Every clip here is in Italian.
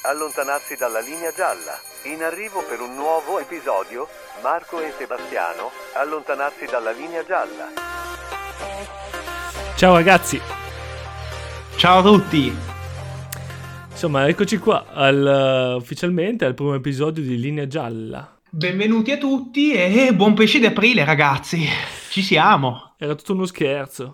allontanarsi dalla linea gialla. In arrivo per un nuovo episodio, Marco e Sebastiano, allontanarsi dalla linea gialla. Ciao ragazzi. Ciao a tutti. Insomma, eccoci qua ufficialmente al primo episodio di Linea Gialla. Benvenuti a tutti e buon pesce d'aprile, ragazzi. Ci siamo. Era tutto uno scherzo.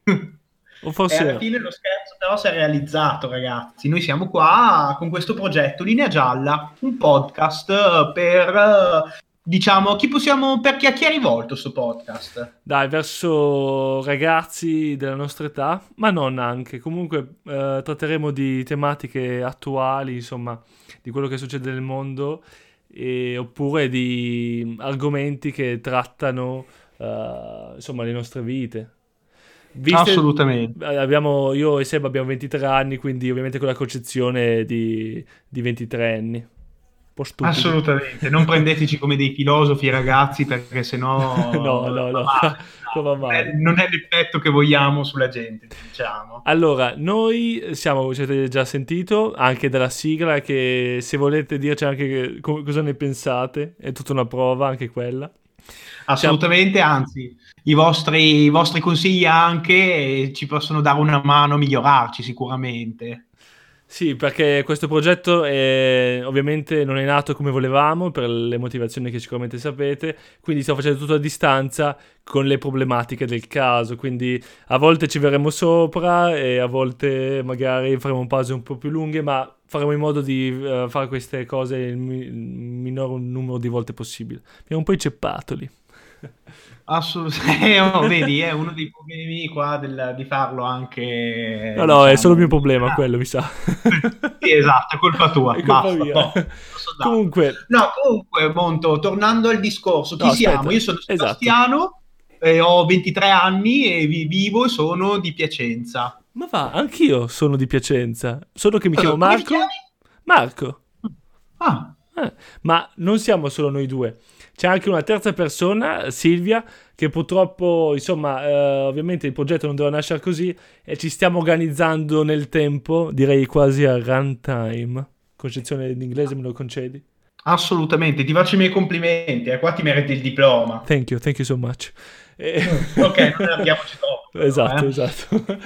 O E forse alla fine lo scherzo però si è realizzato, ragazzi. Noi siamo qua con questo progetto Linea Gialla, un podcast per, diciamo, per chi è rivolto sto podcast? dai, verso ragazzi della nostra età, ma non anche. Comunque tratteremo di tematiche attuali, insomma, di quello che succede nel mondo, oppure di argomenti che trattano, insomma, le nostre vite. Assolutamente. Io e Seb abbiamo 23 anni, quindi ovviamente con la concezione di 23 anni. Un po' stupido. Assolutamente. Non prendeteci come dei filosofi, ragazzi, perché sennò No, va male. Non è l'effetto che vogliamo sulla gente, diciamo. Allora, noi siamo, ci avete già sentito, anche dalla sigla, che se volete dirci anche cosa ne pensate, è tutta una prova anche quella. Assolutamente, anzi, i vostri consigli anche ci possono dare una mano a migliorarci sicuramente. Sì, perché questo progetto ovviamente non è nato come volevamo, per le motivazioni che sicuramente sapete, quindi stiamo facendo tutto a distanza con le problematiche del caso, quindi a volte ci verremo sopra e a volte magari faremo pause un po' più lunghe, ma faremo in modo di fare queste cose il minor numero di volte possibile. Abbiamo un po' i ceppatoli. Assolutamente, vedi, è uno dei problemi qua di farlo anche. No, diciamo, è solo il mio problema, quello, mi sa. Sì, esatto, è colpa tua. È colpa basta. mia. Comunque, Monto, tornando al discorso, chi siamo? Aspetta, Io sono Sebastiano, ho 23 anni e vivo e sono di Piacenza. Ma va, anch'io sono di Piacenza, solo che mi chiamo Come ti Marco. chiami? Marco. Ah. Ma non siamo solo noi due, c'è anche una terza persona, Silvia, che purtroppo, insomma, ovviamente il progetto non deve nascere così e ci stiamo organizzando nel tempo, direi quasi a runtime. Concezione in inglese, me lo concedi? Assolutamente, ti faccio i miei complimenti, qua ti meriti il diploma. Thank you so much. Ok, non ne abbiamoci troppo. Esatto.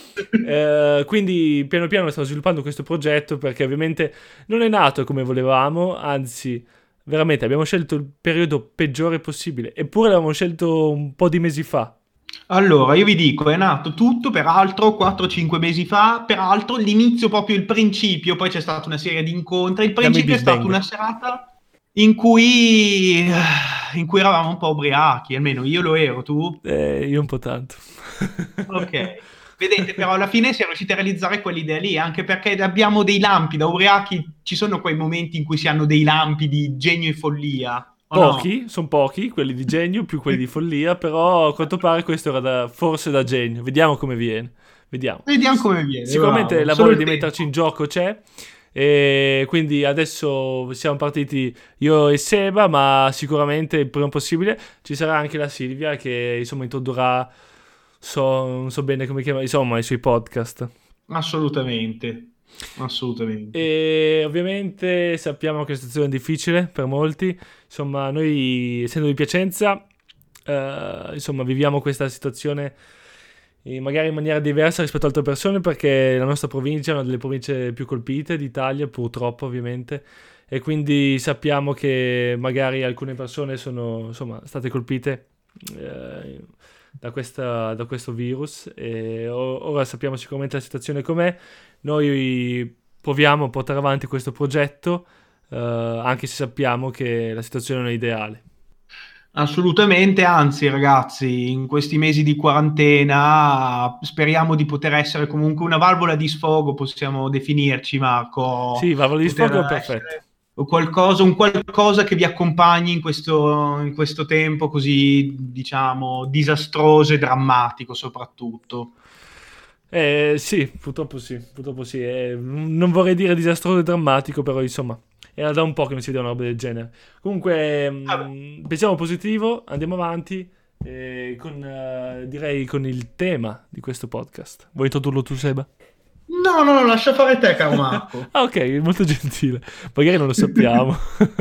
Quindi piano piano stiamo sviluppando questo progetto, perché ovviamente non è nato come volevamo, anzi veramente abbiamo scelto il periodo peggiore possibile, eppure l'abbiamo scelto un po' di mesi fa. Allora, io vi dico, è nato tutto, peraltro, 4-5 mesi fa, peraltro l'inizio, proprio il principio, poi c'è stata una serie di incontri, il principio è stata una serata in cui eravamo un po' ubriachi, almeno io lo ero, tu? Io un po' tanto. Ok. Vedete, però alla fine siamo riusciti a realizzare quell'idea lì, anche perché abbiamo dei lampi da ubriachi, ci sono quei momenti in cui si hanno dei lampi di genio e follia. Pochi, sono pochi quelli di genio, più quelli di follia, però a quanto pare questo era forse da genio. Vediamo come viene. Vediamo come viene. Sicuramente bravo. la voglia di metterci in gioco c'è, e quindi adesso siamo partiti io e Seba, ma sicuramente il prima possibile ci sarà anche la Silvia che insomma introdurrà, non so bene come chiama, insomma i suoi podcast. Assolutamente. E ovviamente sappiamo che è una situazione difficile per molti, insomma noi essendo di Piacenza insomma viviamo questa situazione magari in maniera diversa rispetto ad altre persone, perché la nostra provincia è una delle province più colpite d'Italia, purtroppo ovviamente, e quindi sappiamo che magari alcune persone sono insomma state colpite da questo virus, e ora sappiamo sicuramente la situazione com'è. Noi proviamo a portare avanti questo progetto, anche se sappiamo che la situazione non è ideale. Assolutamente, anzi ragazzi, in questi mesi di quarantena speriamo di poter essere comunque una valvola di sfogo, possiamo definirci, Marco. Sì, valvola di sfogo è perfetto. Un qualcosa che vi accompagni in questo tempo così, diciamo, disastroso e drammatico soprattutto. Sì, purtroppo sì. Non vorrei dire disastroso e drammatico, però insomma era da un po' che non si vedeva una roba del genere. Comunque pensiamo positivo, andiamo avanti direi con il tema di questo podcast. Vuoi introdurlo tu, Seba? No, lascia fare te, caro Marco. Ah, ok, molto gentile. Magari non lo sappiamo.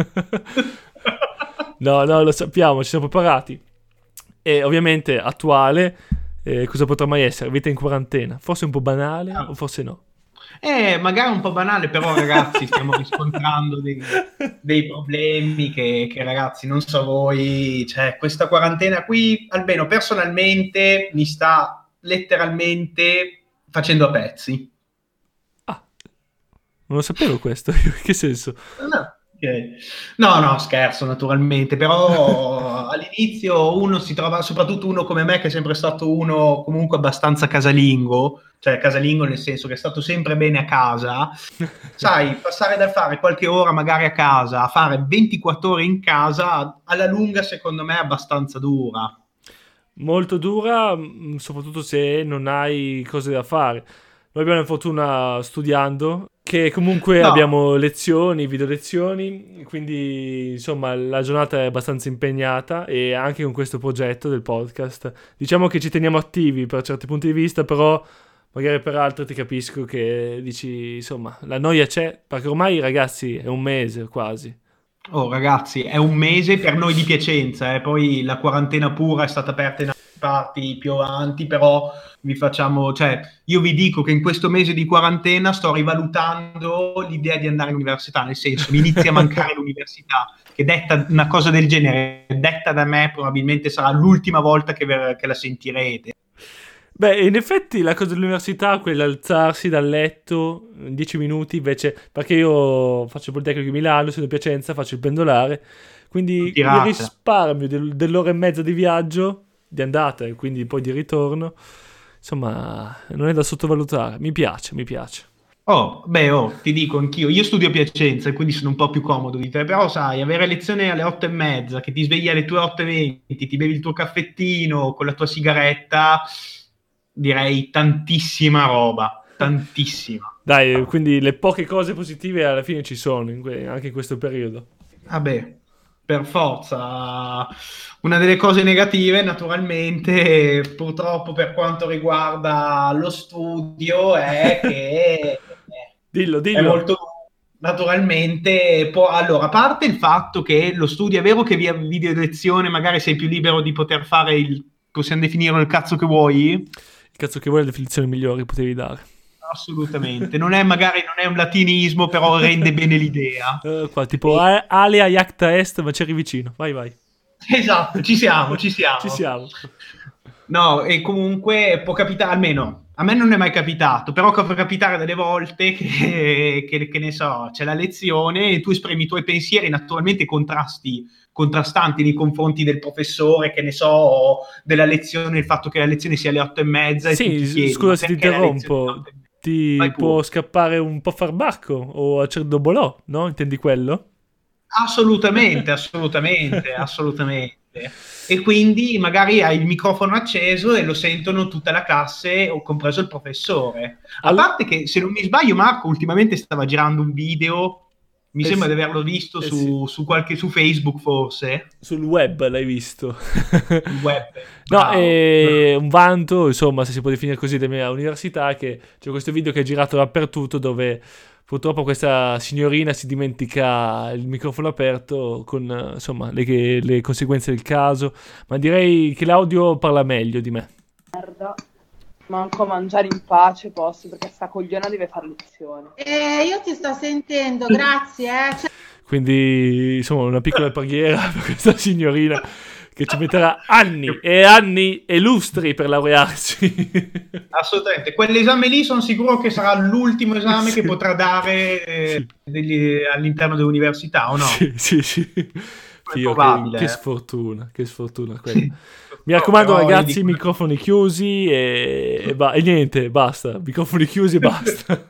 No, lo sappiamo, ci siamo preparati. E ovviamente attuale, cosa potrà mai essere? Vita in quarantena. Forse un po' banale o forse no. Magari un po' banale, però ragazzi stiamo riscontrando dei problemi che ragazzi, non so voi, cioè questa quarantena qui, almeno personalmente, mi sta letteralmente facendo a pezzi. Ah, non lo sapevo questo, in che senso? No, scherzo naturalmente, però all'inizio uno si trova, soprattutto uno come me che è sempre stato uno comunque abbastanza casalingo, cioè casalingo nel senso che è stato sempre bene a casa, sai, passare dal fare qualche ora magari a casa a fare 24 ore in casa, alla lunga secondo me è abbastanza dura. Molto dura, soprattutto se non hai cose da fare. Noi abbiamo la fortuna studiando che comunque abbiamo lezioni, video lezioni, quindi insomma la giornata è abbastanza impegnata e anche con questo progetto del podcast. Diciamo che ci teniamo attivi per certi punti di vista, però magari per altri ti capisco che dici insomma la noia c'è, perché ormai ragazzi è un mese quasi. Oh ragazzi, è un mese per noi di Piacenza, poi la quarantena pura è stata aperta in altre parti più avanti, però io vi dico che in questo mese di quarantena sto rivalutando l'idea di andare all'università, nel senso mi inizia a mancare l'università, che detta una cosa del genere, detta da me probabilmente sarà l'ultima volta che la sentirete. Beh, in effetti la cosa dell'università, quella alzarsi dal letto in 10 minuti, invece, perché io faccio il Politecnico di Milano, sono di Piacenza, faccio il pendolare, quindi il risparmio dell'ora e mezza di viaggio, di andata e quindi poi di ritorno, insomma, non è da sottovalutare, mi piace. Ti dico anch'io, io studio a Piacenza e quindi sono un po' più comodo di te, però sai, avere lezione alle 8:30, che ti svegli alle tue 8:20, ti bevi il tuo caffettino con la tua sigaretta, direi tantissima roba, tantissima. Dai, quindi le poche cose positive alla fine ci sono, anche in questo periodo. Vabbè, per forza. Una delle cose negative, naturalmente, purtroppo per quanto riguarda lo studio, è che dillo. È molto naturalmente. Allora, a parte il fatto che lo studio è vero che via video lezione magari sei più libero di poter fare possiamo definirlo il cazzo che vuoi? Il cazzo che vuoi è la definizione migliore che potevi dare. Assolutamente, non è un latinismo, però rende bene l'idea. Qua, tipo alea iacta est, ma c'eri vicino, vai. Esatto, ci siamo. No, e comunque può capitare, almeno a me non è mai capitato, però può capitare delle volte che ne so, c'è la lezione e tu esprimi i tuoi pensieri, naturalmente contrastanti nei confronti del professore, che ne so, della lezione, il fatto che la lezione sia alle 8:30. Sì, scusa se ti interrompo, ti può scappare un po' farbacco o a cerdobolò, no? Intendi quello? Assolutamente. E quindi magari hai il microfono acceso e lo sentono tutta la classe, o compreso il professore. A parte che, se non mi sbaglio, Marco ultimamente stava girando un video, mi sembra di averlo visto su Facebook forse. Sul web l'hai visto. Sul web. No, è un vanto, insomma, se si può definire così, della mia università, che c'è questo video che è girato dappertutto dove purtroppo questa signorina si dimentica il microfono aperto con, insomma, le conseguenze del caso, ma direi che l'audio parla meglio di me. Merda. Manco a mangiare in pace posso, perché sta cogliona deve fare lezione. Io ti sto sentendo, grazie. Quindi, insomma, una piccola preghiera per questa signorina che ci metterà anni e anni e lustri per laurearsi. Assolutamente, quell'esame lì sono sicuro che sarà l'ultimo esame che potrà dare all'interno dell'università, o no? Sì. Che sfortuna quella. Mi raccomando, ragazzi, microfoni chiusi e niente, basta, microfoni chiusi e basta.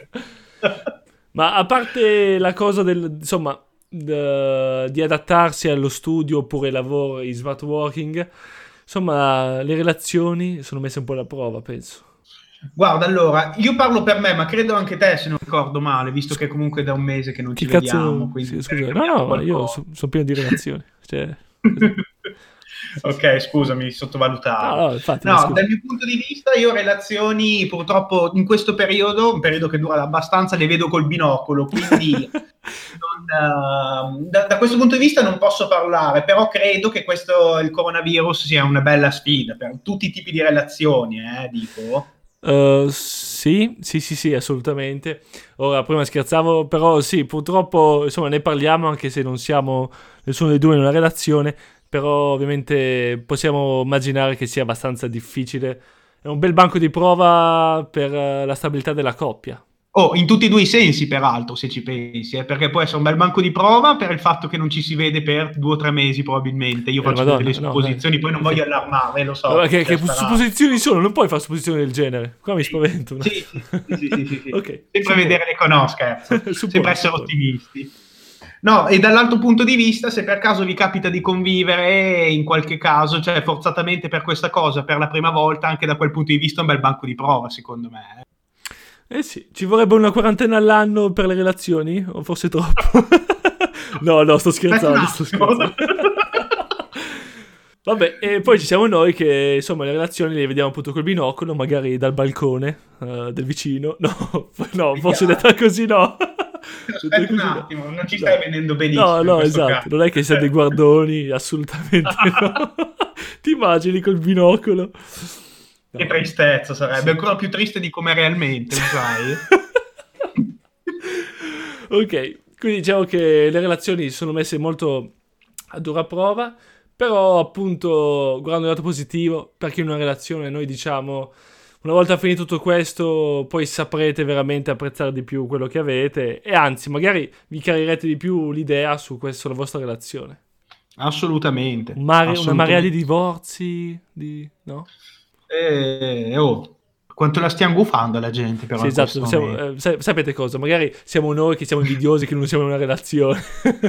Ma a parte la cosa insomma, di adattarsi allo studio oppure lavoro in smart working, insomma, le relazioni sono messe un po' alla prova, penso. Guarda, allora, io parlo per me, ma credo anche te, se non ricordo male, visto che comunque da un mese che non ci vediamo. Sì, scusa, no, io sono pieno di relazioni. Cioè, Ok, scusami, sottovalutato. No, infatti, dal mio punto di vista io relazioni purtroppo in questo periodo, un periodo che dura abbastanza, le vedo col binocolo, quindi da questo punto di vista non posso parlare, però credo che il coronavirus sia una bella sfida per tutti i tipi di relazioni, dico. Sì, assolutamente. Ora, prima scherzavo, però sì, purtroppo, insomma, ne parliamo anche se non siamo nessuno dei due in una relazione, però ovviamente possiamo immaginare che sia abbastanza difficile. È un bel banco di prova per la stabilità della coppia. In tutti e due i sensi, peraltro, se ci pensi, perché può essere un bel banco di prova per il fatto che non ci si vede per 2 o 3 mesi probabilmente. Io faccio delle supposizioni, poi non voglio allarmare, lo so. Che supposizioni sono? Non puoi fare supposizioni del genere. Qua mi spavento. No? Sì. Okay. Sempre vedere le conosche, sempre essere ottimisti. No, e dall'altro punto di vista, se per caso vi capita di convivere in qualche caso, cioè forzatamente per questa cosa, per la prima volta, anche da quel punto di vista è un bel banco di prova, secondo me. Sì, ci vorrebbe una quarantena all'anno per le relazioni? O forse troppo? No, sto scherzando. Vabbè, e poi ci siamo noi che, insomma, le relazioni le vediamo appunto col binocolo, magari dal balcone del vicino. No, forse detta così no. Aspetta un attimo, non ci stai vedendo benissimo. No, esatto, caso. Non è che siete dei guardoni, assolutamente no. Ti immagini col binocolo? Che tristezza sarebbe, ancora più triste di come realmente, sai? Ok, quindi diciamo che le relazioni sono messe molto a dura prova, però appunto guardando il lato positivo, perché in una relazione noi diciamo una volta finito tutto questo poi saprete veramente apprezzare di più quello che avete e anzi magari vi chiarirete di più l'idea sulla vostra relazione. Assolutamente. Una marea di divorzi, no? Quanto la stiamo gufando la gente però. Sì, esatto, sapete cosa? Magari siamo noi che siamo invidiosi che non siamo in una relazione.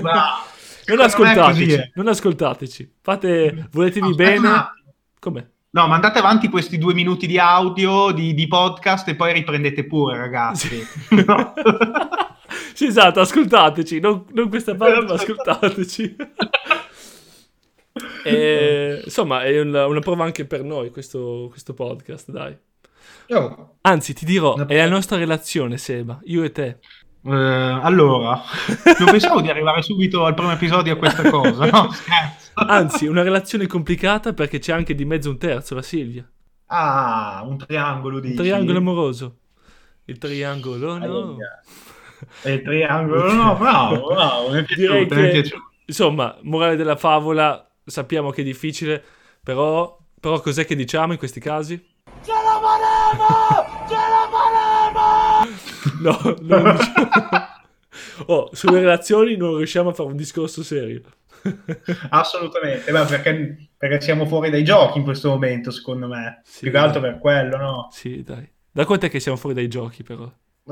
Non ascoltateci. Voletevi bene. Come? No, mandate avanti questi 2 minuti di audio di podcast e poi riprendete pure, ragazzi. Sì, no. Sì, esatto, ascoltateci, non questa parte, ma ascoltateci. Insomma, è una prova anche per noi questo podcast, dai. Anzi, ti dirò, è la nostra relazione, Seba, io e te. Allora, non pensavo di arrivare subito al primo episodio a questa cosa, no? Scherzo. Anzi, una relazione complicata perché c'è anche di mezzo un terzo, la Silvia. Ah, un triangolo, dici? Un triangolo amoroso. Il triangolo, no. Il triangolo, no, bravo, mi è piaciuto. Insomma, morale della favola, sappiamo che è difficile, però cos'è che diciamo in questi casi? Ce la faremo! No, non diciamo. Sulle relazioni non riusciamo a fare un discorso serio. Assolutamente, perché siamo fuori dai giochi in questo momento, secondo me. Sì, più che altro per quello, no? Sì, dai. Da quant'è che siamo fuori dai giochi, però?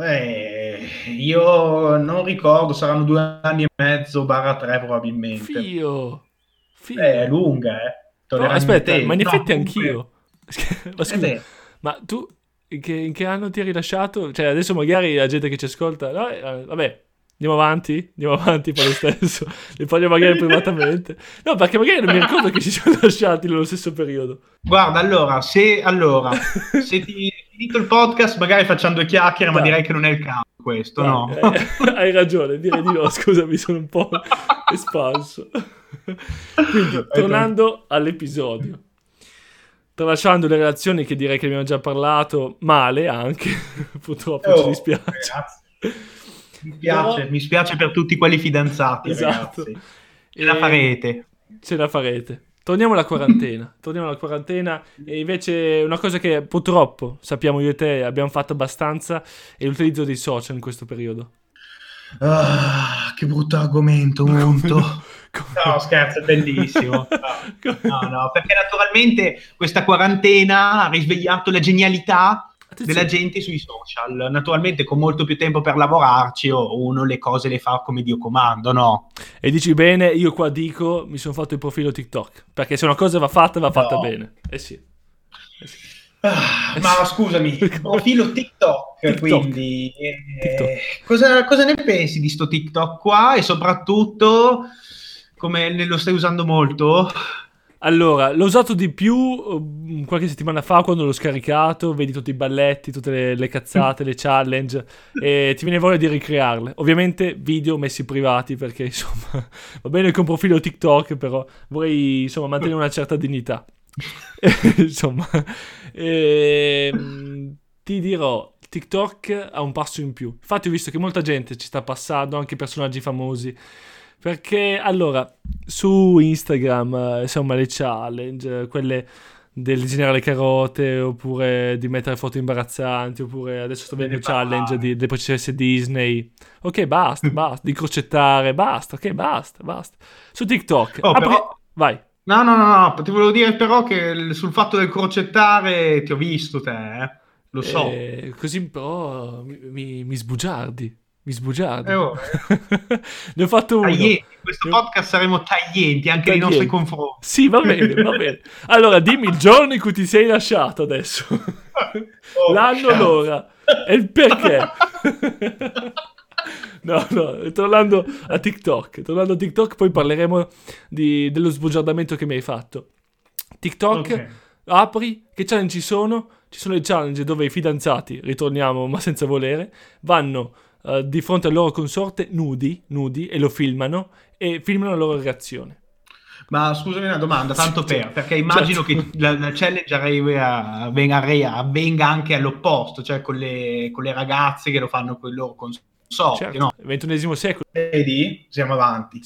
Io non ricordo, saranno 2 anni e mezzo, /3 probabilmente. Fio. È lunga, No, aspetta, ma in effetti anch'io. Ma scusa, ma tu in che anno ti hai rilasciato? Cioè, adesso magari la gente che ci ascolta, no? Vabbè, andiamo avanti per lo stesso. Ne parliamo magari privatamente. No, perché magari non mi ricordo che ci siamo lasciati nello stesso periodo. Guarda, allora, se ti finito il podcast, magari facciamo 2 chiacchiere, ma direi che non è il caso questo, no? Hai ragione, direi di no, scusami, sono un po' espanso. Quindi, tornando all'episodio. Tralasciando le relazioni che direi che abbiamo già parlato male anche, purtroppo ci dispiace. Mi spiace per tutti quelli fidanzati, esatto. Ragazzi. Ce la farete. Torniamo alla quarantena e invece una cosa che purtroppo sappiamo io e te abbiamo fatto abbastanza è l'utilizzo dei social in questo periodo. Che brutto argomento, molto. No, scherzo, è bellissimo. No, perché naturalmente questa quarantena ha risvegliato la genialità della gente sui social. Naturalmente con molto più tempo per lavorarci, uno le cose le fa come Dio comando, no? E dici bene, io qua dico, mi sono fatto il profilo TikTok, perché se una cosa va fatta bene. Sì. Ma scusami, profilo TikTok. Quindi cosa ne pensi di sto TikTok qua? E soprattutto come lo stai usando molto? Allora, l'ho usato di più qualche settimana fa quando l'ho scaricato, vedi tutti i balletti, tutte le cazzate, le challenge, e ti viene voglia di ricrearle. Ovviamente video messi privati, perché insomma va bene che ho un profilo TikTok, però vorrei insomma mantenere una certa dignità. Insomma, ti dirò, TikTok ha un passo in più. Infatti ho visto che molta gente ci sta passando, anche personaggi famosi. Perché allora su Instagram insomma le challenge, quelle del disegnare le carote, oppure di mettere foto imbarazzanti, oppure adesso sto vedendo challenge delle princesse Disney. Ok, basta, di crocettare, basta, ok, basta. Su TikTok però... vai. No, ti volevo dire però che sul fatto del crocettare ti ho visto te, lo so. Così però mi sbugiardi. Ne ho fatto uno. Taglienti. In questo podcast saremo taglienti anche nei nostri confronti. Sì, va bene. Allora, dimmi il giorno in cui ti sei lasciato adesso. L'anno, l'ora. E il perché. No, tornando a TikTok, poi parleremo dello sbugiardamento che mi hai fatto. TikTok, apri, che challenge ci sono? Ci sono le challenge dove i fidanzati, ritorniamo ma senza volere, vanno di fronte al loro consorte nudi e lo filmano e filmano la loro reazione. Ma scusami una domanda, tanto perché immagino che la challenge avvenga anche all'opposto, cioè con le ragazze che lo fanno con il loro consorte, no? XXI secolo. Vedi? Siamo avanti.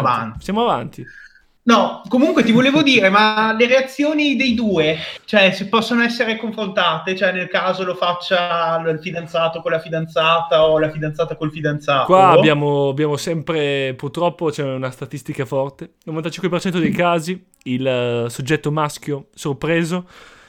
No, comunque ti volevo dire, ma le reazioni dei due, cioè se possono essere confrontate, cioè nel caso lo faccia il fidanzato con la fidanzata o la fidanzata col fidanzato. Qua abbiamo sempre, purtroppo c'è una statistica forte, 95% dei casi il soggetto maschio sorpreso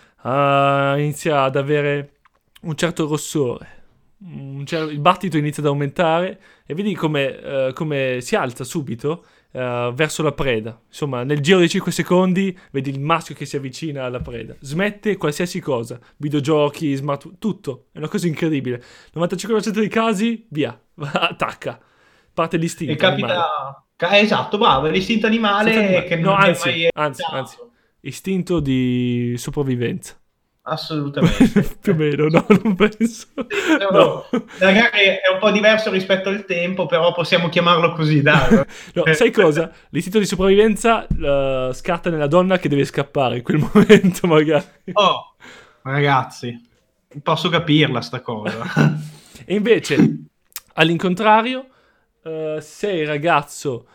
inizia ad avere un certo rossore, il battito inizia ad aumentare e vedi come si alza subito verso la preda. Insomma, nel giro di 5 secondi vedi il maschio che si avvicina alla preda, smette qualsiasi cosa, videogiochi, tutto, è una cosa incredibile. 95% dei casi, via, attacca, parte l'istinto. E capita, esatto, bravo, l'istinto animale che non anzi, istinto di sopravvivenza. Assolutamente. Più o meno, no, non penso. No. Magari è un po' diverso rispetto al tempo, però possiamo chiamarlo così, dai. No, sai cosa? L'istinto di sopravvivenza scatta nella donna che deve scappare in quel momento, magari. Oh, ragazzi, posso capirla sta cosa. E invece, all'incontrario, se il ragazzo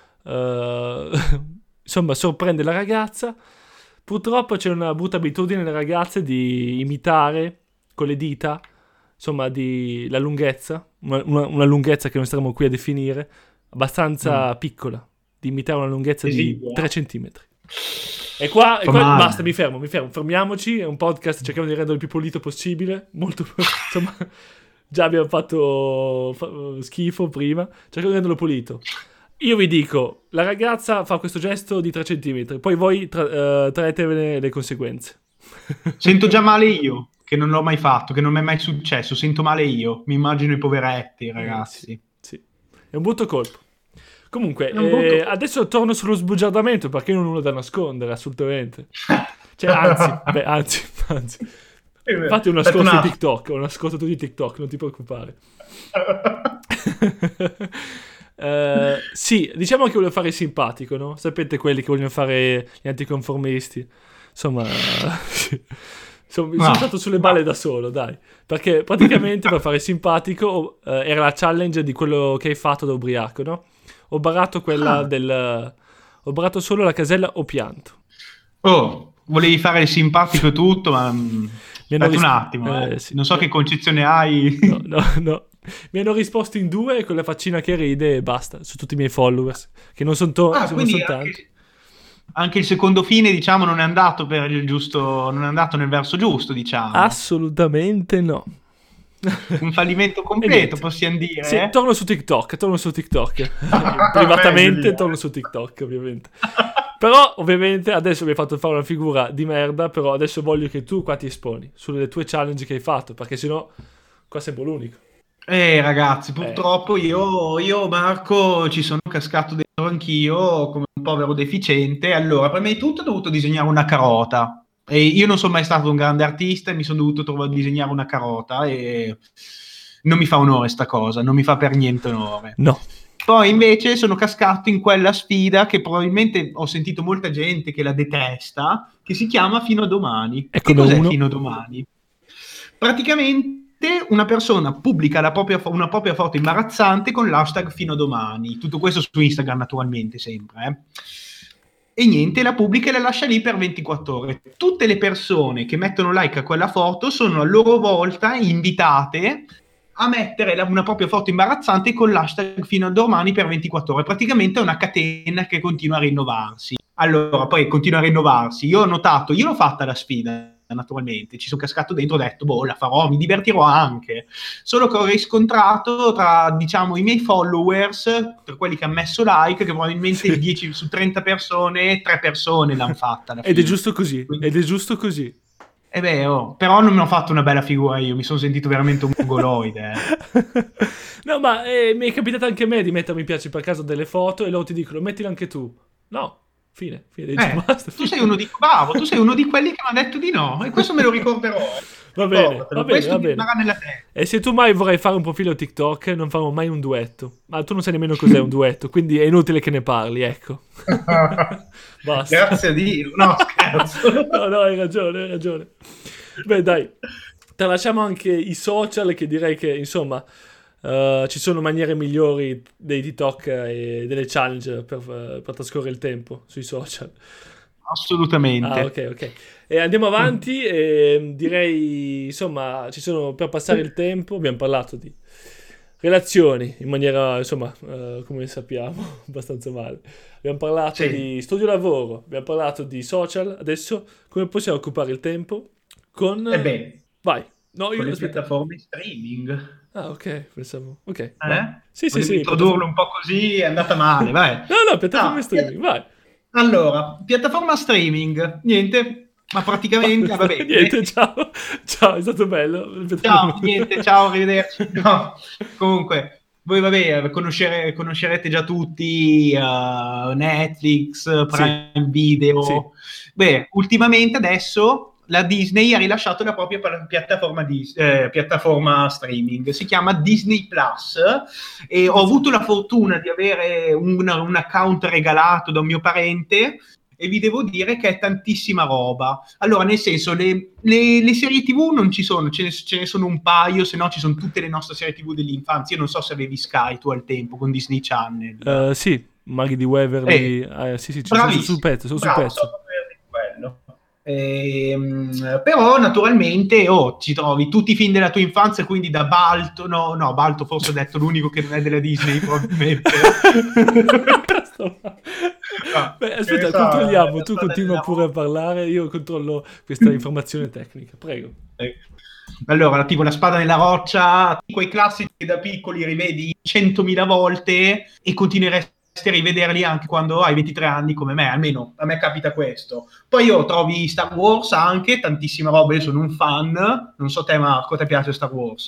insomma sorprende la ragazza, purtroppo c'è una brutta abitudine nelle ragazze di imitare con le dita, insomma, la lunghezza, una lunghezza che non staremo qui a definire, abbastanza piccola, di imitare una lunghezza di 3 centimetri. E qua basta, mi fermo, fermiamoci, è un podcast, cerchiamo di renderlo il più pulito possibile, molto, insomma, già abbiamo fatto schifo prima, cerchiamo di renderlo pulito. Io vi dico, la ragazza fa questo gesto di 3 centimetri, poi voi traetevene le conseguenze. Sento già male io, che non l'ho mai fatto, che non mi è mai successo, sento male io, mi immagino i poveretti, ragazzi. Sì. È un brutto colpo. Comunque, adesso torno sullo sbugiardamento, perché non ho nulla da nascondere, assolutamente. Cioè, anzi. Infatti ho nascosto di TikTok, non ti preoccupare. Sì, diciamo che voglio fare simpatico, no? Sapete quelli che vogliono fare gli anticonformisti? Insomma, sono stato sulle balle da solo, dai. Perché praticamente per fare simpatico era la challenge di quello che hai fatto da ubriaco, no? Ho barato quella ho barato solo la casella, ho pianto. Oh, volevi fare il simpatico e tutto, ma aspetta un attimo, sì. Non so che concezione hai. No. Mi hanno risposto in 2 con la faccina che ride e basta, su tutti i miei followers, che non sono tanti. Anche il secondo fine, diciamo, non è andato per il giusto, non è andato nel verso giusto, diciamo. Assolutamente no. Un fallimento completo, possiamo dire. Sì, torno su TikTok. Privatamente torno su TikTok, ovviamente. Però, ovviamente, adesso mi hai fatto fare una figura di merda, però adesso voglio che tu qua ti esponi sulle tue challenge che hai fatto, perché sennò qua sei un po' l'unico. Ragazzi, purtroppo io Marco ci sono cascato dentro anch'io come un povero deficiente. Allora, prima di tutto ho dovuto disegnare una carota. E io non sono mai stato un grande artista e mi sono dovuto trovare a disegnare una carota e non mi fa onore sta cosa, non mi fa per niente onore. No. Poi invece sono cascato in quella sfida che probabilmente ho sentito molta gente che la detesta, che si chiama Fino a domani. Che cos'è Fino a domani? Praticamente una persona pubblica una propria foto imbarazzante con l'hashtag Fino a domani. Tutto questo su Instagram naturalmente sempre. E niente, la pubblica e la lascia lì per 24 ore. Tutte le persone che mettono like a quella foto sono a loro volta invitate a mettere una propria foto imbarazzante con l'hashtag Fino a domani per 24 ore. Praticamente è una catena che continua a rinnovarsi. Allora, poi continua a rinnovarsi. Io ho notato, io l'ho fatta la sfida, naturalmente, ci sono cascato dentro, ho detto, la farò, mi divertirò anche. Solo che ho riscontrato tra, diciamo, i miei followers, tra quelli che hanno messo like, che probabilmente 10 su 30 persone, 3 persone l'hanno fatta. Ed è giusto così, ed è giusto così. Però non mi ho fatto una bella figura io, mi sono sentito veramente un mongoloide. No, ma mi è capitato anche a me di mettere mi piace per caso delle foto e loro ti dicono mettila anche tu. No, fine basta. Tu sei uno di quelli che mi ha detto di no, e questo me lo ricorderò. Va bene. Nella E se tu mai vorrai fare un profilo TikTok, non faremo mai un duetto. Ma tu non sai nemmeno cos'è un duetto, quindi è inutile che ne parli, ecco. Basta. Grazie a Dio. No, scherzo. No, hai ragione. Beh, dai. Tralasciamo anche i social, che direi che, insomma, ci sono maniere migliori dei TikTok e delle challenge per trascorrere il tempo sui social. Assolutamente. Ok. E andiamo avanti e direi, insomma, ci sono per passare il tempo, abbiamo parlato di relazioni in maniera, insomma, come sappiamo, abbastanza male. Abbiamo parlato di studio lavoro, abbiamo parlato di social, adesso come possiamo occupare il tempo? Con... Vai. No, con le piattaforme streaming. Ah, ok, pensavo. Ok. Sì. Introdurlo un po' così è andata male, vai. No, piattaforme streaming, vai. Allora, piattaforma streaming, niente, ma praticamente va bene. Niente, ciao, è stato bello. Ciao, arrivederci. No, comunque, voi vabbè, conoscerete già tutti Netflix, Prime Video. Sì. Beh, ultimamente adesso la Disney ha rilasciato la propria piattaforma streaming, si chiama Disney Plus, e ho avuto la fortuna di avere un account regalato da un mio parente e vi devo dire che è tantissima roba. Allora, nel senso, le serie TV non ci sono, ce ne sono un paio, se no ci sono tutte le nostre serie TV dell'infanzia. Io non so se avevi Sky tu al tempo con Disney Channel. Sì, Maghi di Waverly, sì, sono sul pezzo. Quello. Però naturalmente ci trovi tutti i film della tua infanzia, quindi da Balto, no, Balto forse ho detto l'unico che non è della Disney probabilmente. Beh, aspetta, controlliamo, tu continua pure a parlare, io controllo questa informazione tecnica, prego. Allora, tipo La spada nella roccia, quei classici che da piccoli rivedi 100.000 volte e continueresti a rivederli anche quando hai 23 anni come me, almeno a me capita questo. Poi trovi Star Wars anche, tantissima roba, io sono un fan, non so te Marco, ti piace Star Wars?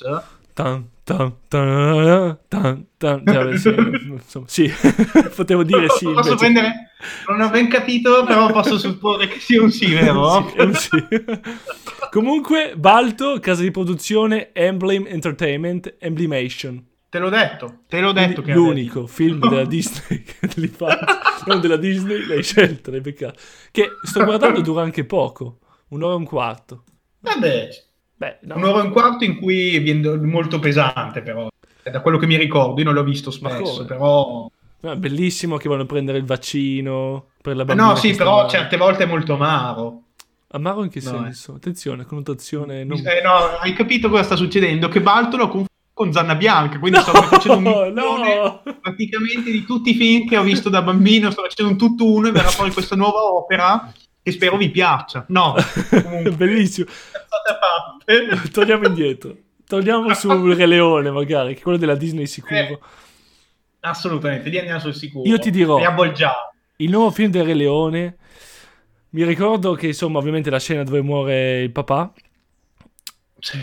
Sì, potevo dire sì. Posso prendere? Non ho ben capito, però posso supporre che sia un sì, vero? Sì, è un sì. Comunque, Balto, casa di produzione Emblem Entertainment, Emblemation. Te l'ho detto che è l'unico film della Disney che li fa, non della Disney, l'hai scelto, l'hai beccato. Che sto guardando dura anche poco, 1 ora e un quarto. Vabbè, no. 1 ora e un quarto in cui viene molto pesante, però. Da quello che mi ricordo, io non l'ho visto spesso, però... È bellissimo che vanno a prendere il vaccino per la bambina. No, sì, però male. Certe volte è molto amaro. Amaro in che senso? Attenzione, connotazione... No, hai capito cosa sta succedendo? Che Baltolo con Zanna Bianca, quindi sto facendo un milione praticamente di tutti i film che ho visto da bambino, sto facendo un tutt'uno e verrà poi questa nuova opera che spero vi piaccia. No, comunque, bellissimo. Torniamo indietro, torniamo sul Re Leone magari, che quello della Disney sicuro. Assolutamente, lì andiamo sul sicuro. Io ti dirò, il nuovo film del Re Leone, mi ricordo che insomma ovviamente la scena dove muore il papà, sì.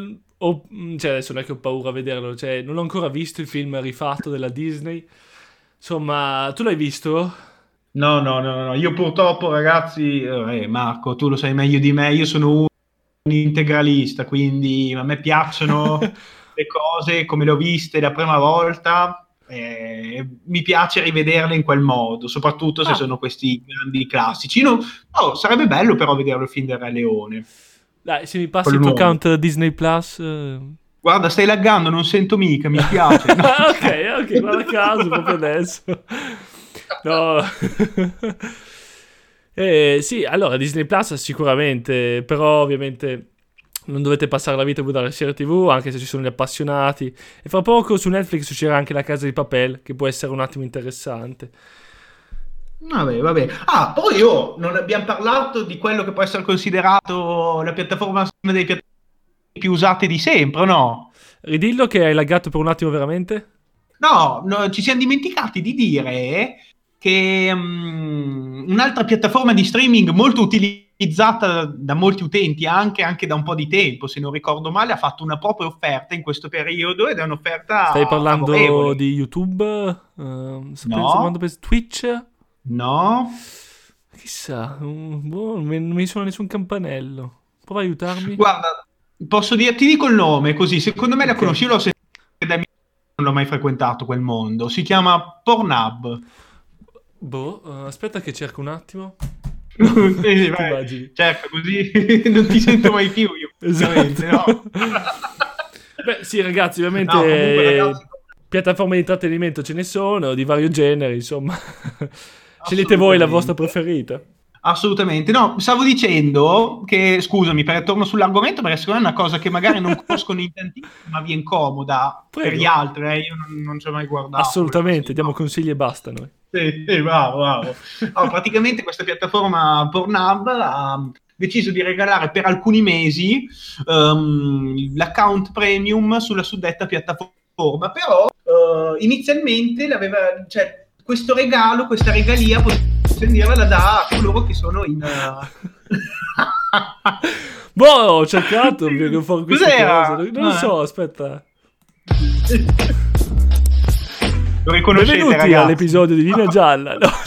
Cioè adesso non è che ho paura a vederlo, cioè non ho ancora visto il film rifatto della Disney, Insomma, tu l'hai visto? No, io purtroppo, ragazzi, Marco, tu lo sai meglio di me, io sono un integralista, quindi a me piacciono le cose come le ho viste la prima volta, mi piace rivederle in quel modo, soprattutto se sono questi grandi classici. Sarebbe bello però vederlo il film del Re Leone. Dai, se mi passi il tuo account Disney Plus... Guarda, stai laggando, non sento mica, mi piace. No. ok, guarda caso proprio adesso. No. Sì, allora Disney Plus sicuramente, però ovviamente non dovete passare la vita a guardare serie TV, anche se ci sono gli appassionati. E fra poco su Netflix uscirà anche La Casa di Papel, che può essere un attimo interessante. Vabbè. Poi non abbiamo parlato di quello che può essere considerato la piattaforma, una delle piattaforme più usate di sempre, no? Ridillo che hai laggato per un attimo veramente? No, ci siamo dimenticati di dire che un'altra piattaforma di streaming molto utilizzata da molti utenti anche da un po' di tempo, se non ricordo male, ha fatto una propria offerta in questo periodo ed è un'offerta Stai parlando favorevole. di YouTube? No. Twitch? No. Chissà, non mi suona nessun campanello. Prova a aiutarmi. Guarda, ti dico il nome così, secondo me la conosci, l'ho sentita da me, non l'ho mai frequentato quel mondo, si chiama Pornhub. Aspetta che cerco un attimo. Vai, cerca così non ti sento mai più io. Esatto. No? Beh sì ragazzi, ovviamente comunque, piattaforme di intrattenimento ce ne sono, di vario genere, insomma. Scegliete voi la vostra preferita. Assolutamente, no, stavo dicendo che, scusami, torno sull'argomento perché secondo me è una cosa che magari non conoscono in tantissimi, ma vi è incomoda. Prego. Per gli altri, io non ci ho mai guardato. Assolutamente, diamo consigli e basta noi. Sì, bravo. Praticamente questa piattaforma Pornhub ha deciso di regalare per alcuni mesi l'account premium sulla suddetta piattaforma, però inizialmente questo regalo, questa regalia, la dà a coloro che sono in... ho cercato per fare questa cosa. Non lo so, aspetta. Lo riconoscete, benvenuti ragazzi all'episodio di Linea Gialla. No,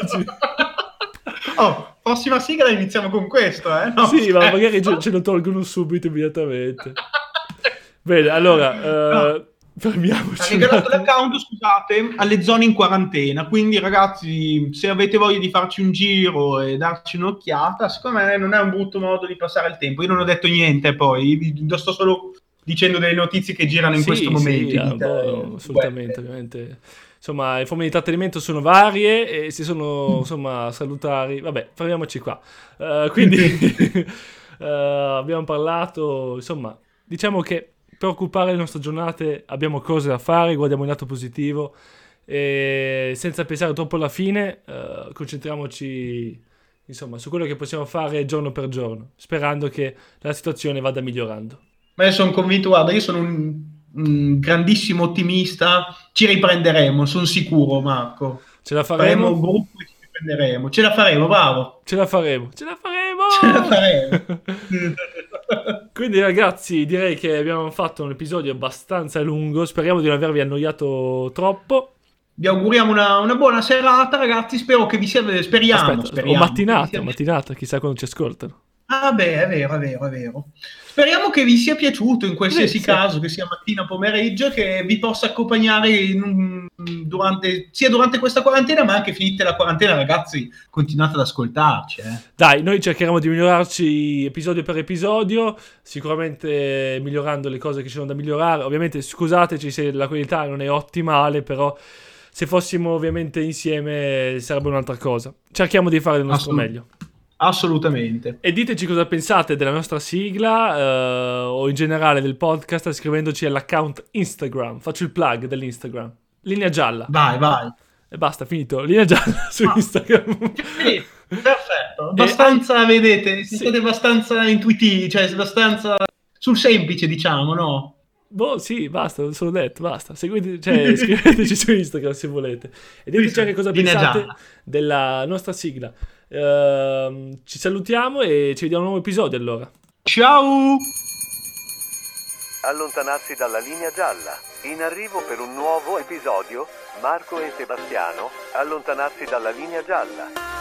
prossima sigla iniziamo con questo, no, sì, ma magari ce lo tolgono subito immediatamente. Bene, allora fermiamoci. Ha regalato l'account, scusate, alle zone in quarantena, quindi ragazzi, se avete voglia di farci un giro e darci un'occhiata, secondo me non è un brutto modo di passare il tempo. Io non ho detto niente, poi sto solo dicendo delle notizie che girano in questo momento. Assolutamente, ovviamente. Insomma, le forme di intrattenimento sono varie e se sono insomma salutari, vabbè, fermiamoci qua. Quindi abbiamo parlato, insomma, diciamo che per occupare le nostre giornate abbiamo cose da fare, guardiamo il lato positivo e senza pensare troppo alla fine concentriamoci insomma su quello che possiamo fare giorno per giorno, sperando che la situazione vada migliorando. Ma io sono convinto, guarda, io sono un grandissimo ottimista, ci riprenderemo, sono sicuro, Marco. Ce la faremo? Faremo un gruppo e ci riprenderemo, ce la faremo, bravo. Ce la faremo. Quindi ragazzi, direi che abbiamo fatto un episodio abbastanza lungo, speriamo di non avervi annoiato troppo. Vi auguriamo una buona serata, ragazzi, spero che vi sia... Speriamo. O mattinata, chissà quando ci ascoltano. Ah beh, è vero. Speriamo che vi sia piaciuto in qualsiasi caso, che sia mattina o pomeriggio, che vi possa accompagnare durante questa quarantena, ma anche finita la quarantena, ragazzi, continuate ad ascoltarci. Dai, noi cercheremo di migliorarci episodio per episodio, sicuramente migliorando le cose che ci sono da migliorare. Ovviamente scusateci se la qualità non è ottimale, però se fossimo ovviamente insieme sarebbe un'altra cosa. Cerchiamo di fare del nostro meglio. Assolutamente. E diteci cosa pensate della nostra sigla o in generale del podcast scrivendoci all'account Instagram. Faccio il plug dell'Instagram. Linea Gialla. Vai. E basta, finito. Linea Gialla su Instagram. Perfetto. Abbastanza, vedete, siete abbastanza intuitivi, cioè abbastanza sul semplice, diciamo, no? Sì, basta, sono detto, basta. Scriveteci su Instagram se volete. E diteci anche cosa pensate della nostra sigla. Ci salutiamo e ci vediamo a un nuovo episodio allora. Ciao! allontanarsi dalla linea gialla. In arrivo per un nuovo episodio, Marco e Sebastiano, allontanarsi dalla linea gialla.